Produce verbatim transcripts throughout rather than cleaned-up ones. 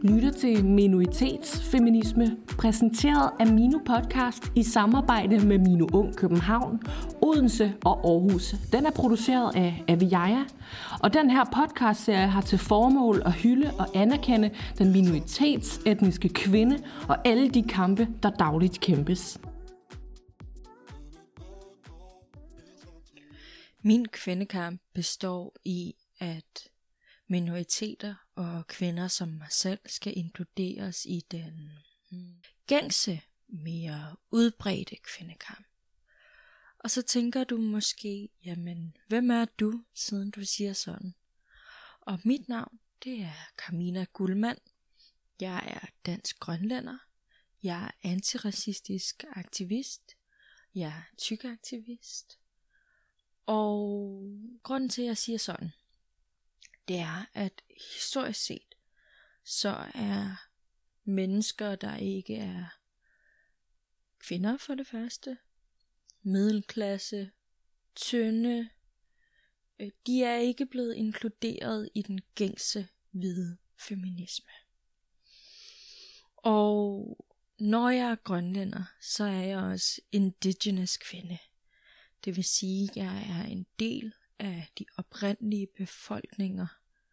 lytter til Minoritetsfeminisme, præsenteret af Mino Podcast i samarbejde med Mino Ung København, Odense og Aarhus. Den er produceret af Aviaja, og den her podcastserie har til formål at hylde og anerkende den minoritetsetniske kvinde og alle de kampe, der dagligt kæmpes. Min kvindekamp består i, at minoriteter og kvinder som mig selv skal inkluderes i den gængse, mere udbredte kvindekamp. Og så tænker du måske, jamen, hvem er du, siden du siger sådan? Og mit navn, det er Carmina Guldmann. Jeg er dansk grønlænder. Jeg er antiracistisk aktivist. Jeg er tykaktivist. Og grunden til, at jeg siger sådan, det er, at historisk set, så er mennesker, der ikke er kvinder for det første, middelklasse, tynde, de er ikke blevet inkluderet i den gængse hvide feminisme. Og når jeg er grønlænder, så er jeg også indigenous kvinde. Det vil sige, at jeg er en del af de oprindelige befolkninger.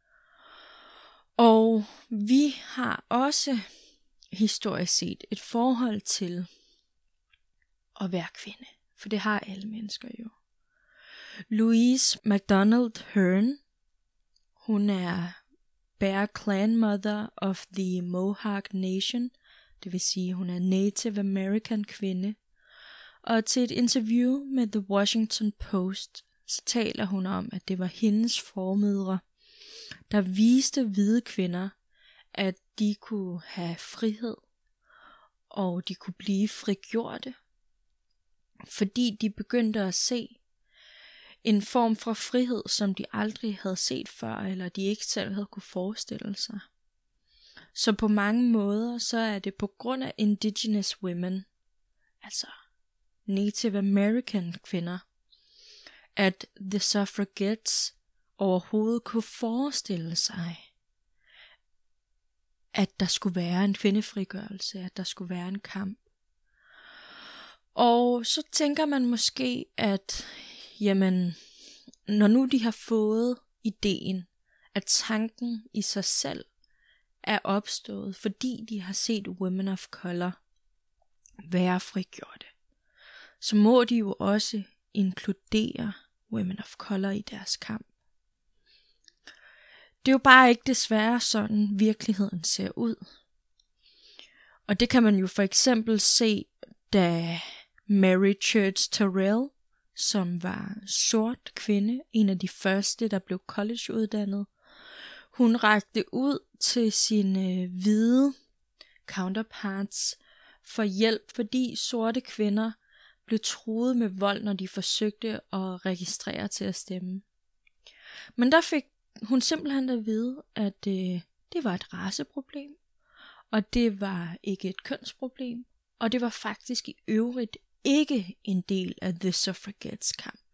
Og vi har også historisk set et forhold til at være kvinde. For det har alle mennesker jo. Louise MacDonald Hearn, hun er Bear Clan Mother of the Mohawk Nation. Det vil sige, hun er Native American kvinde. Og til et interview med The Washington Post, så taler hun om, at det var hendes formødre, der viste hvide kvinder, at de kunne have frihed, og de kunne blive frigjorte, fordi de begyndte at se en form for frihed, som de aldrig havde set før, eller de ikke selv havde kunne forestille sig. Så på mange måder, så er det på grund af indigenous women, altså Native American kvinder, at the suffragettes overhovedet kunne forestille sig, at der skulle være en kvindefrigørelse, at der skulle være en kamp. Og så tænker man måske, at jamen, når nu de har fået ideen, at tanken i sig selv er opstået, fordi de har set women of color være frigjorte, så må de jo også inkludere women of color i deres kamp. Det er jo bare ikke desværre sådan virkeligheden ser ud. Og det kan man jo for eksempel se, da Mary Church Terrell, som var sort kvinde, en af de første, der blev collegeuddannet, hun rakte ud til sine hvide counterparts for hjælp, fordi sorte kvinder blev truet med vold, når de forsøgte at registrere til at stemme. Men der fik hun simpelthen at vide, at øh, det var et raceproblem, og det var ikke et kønsproblem, og det var faktisk i øvrigt ikke en del af the suffragettes kamp.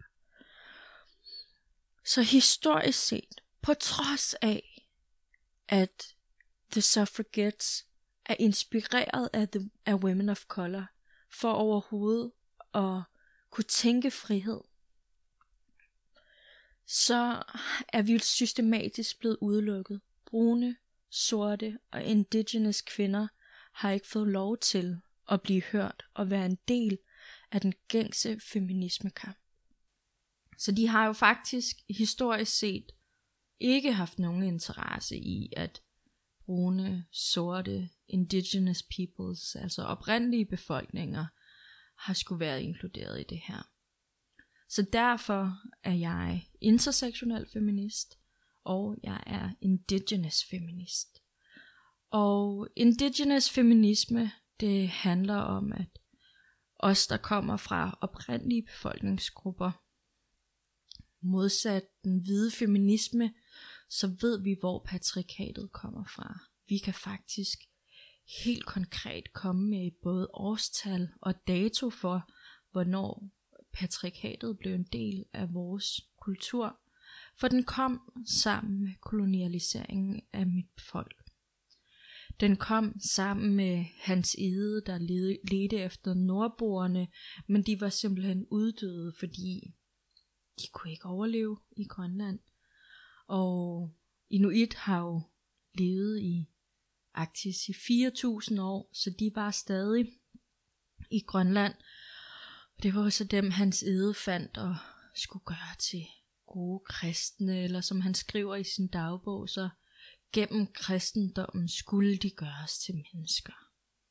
Så historisk set, på trods af, at the suffragettes er inspireret af, the, af women of color, for overhovedet at kunne tænke frihed, så er vi systematisk blevet udelukket. Brune, sorte og indigenous kvinder har ikke fået lov til at blive hørt og være en del af den gængse feminismekamp. Så de har jo faktisk historisk set ikke haft nogen interesse i, at brune, sorte, indigenous peoples, altså oprindelige befolkninger, har skulle være inkluderet i det her. Så derfor er jeg intersektionel feminist, og jeg er indigenous feminist. Og indigenous feminisme, det handler om, at os, der kommer fra oprindelige befolkningsgrupper, modsat den hvide feminisme, så ved vi, hvor patriarkatet kommer fra. Vi kan faktisk helt konkret komme med både årstal og dato for, hvornår patriarkatet blev en del af vores kultur, for den kom sammen med kolonialiseringen af mit folk. Den kom sammen med Hans Egede, der ledte efter nordboerne, men de var simpelthen uddøde, fordi de kunne ikke overleve i Grønland. Og Inuit har jo levet i Arktis i fire tusind år, så de var stadig i Grønland. Det var også dem, Hans Egede fandt og skulle gøre til gode kristne, eller som han skriver i sin dagbog, så gennem kristendommen skulle de gøres til mennesker.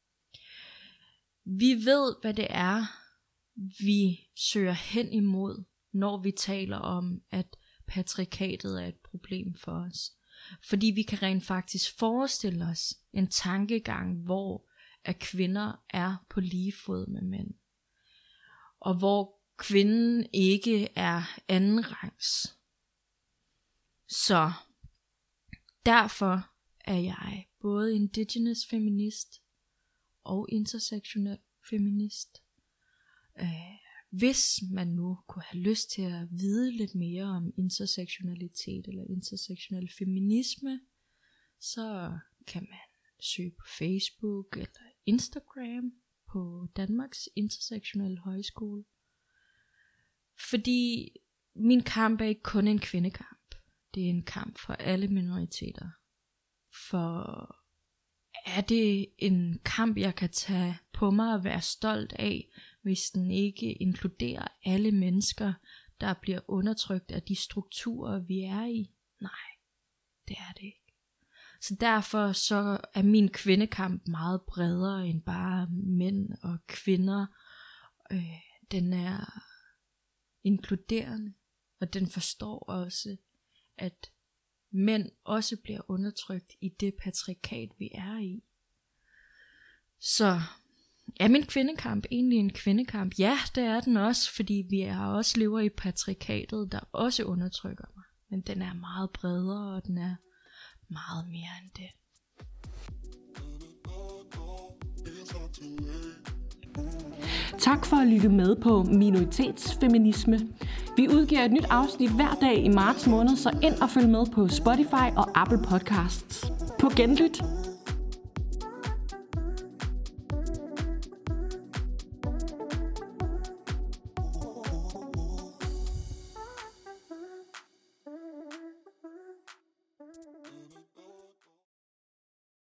Vi ved, hvad det er, vi søger hen imod, når vi taler om, at patriarkatet er et problem for os. Fordi vi kan rent faktisk forestille os en tankegang, hvor at kvinder er på lige fod med mænd. Og hvor kvinden ikke er andenrangs. Så derfor er jeg både indigenous feminist og intersektionel feminist. Øh, hvis man nu kunne have lyst til at vide lidt mere om intersektionalitet eller intersektionel feminisme, så kan man søge på Facebook eller Instagram på Danmarks Intersektionelle Højskole. Fordi min kamp er ikke kun en kvindekamp. Det er en kamp for alle minoriteter. For er det en kamp, jeg kan tage på mig og være stolt af, hvis den ikke inkluderer alle mennesker, der bliver undertrykt af de strukturer, vi er i? Nej, det er det ikke. Så derfor så er min kvindekamp meget bredere end bare mænd og kvinder. Øh, den er inkluderende, og den forstår også, at mænd også bliver undertrykt i det patriarkat, vi er i. Så er min kvindekamp egentlig en kvindekamp? Ja, det er den også, fordi vi er også lever i patriarkatet, der også undertrykker mig. Men den er meget bredere, og den er meget mere end det. Tak for at lytte med på Minoritetsfeminisme. Vi udgiver et nyt afsnit hver dag i marts måned, så ind og følg med på Spotify og Apple Podcasts. På genlyt!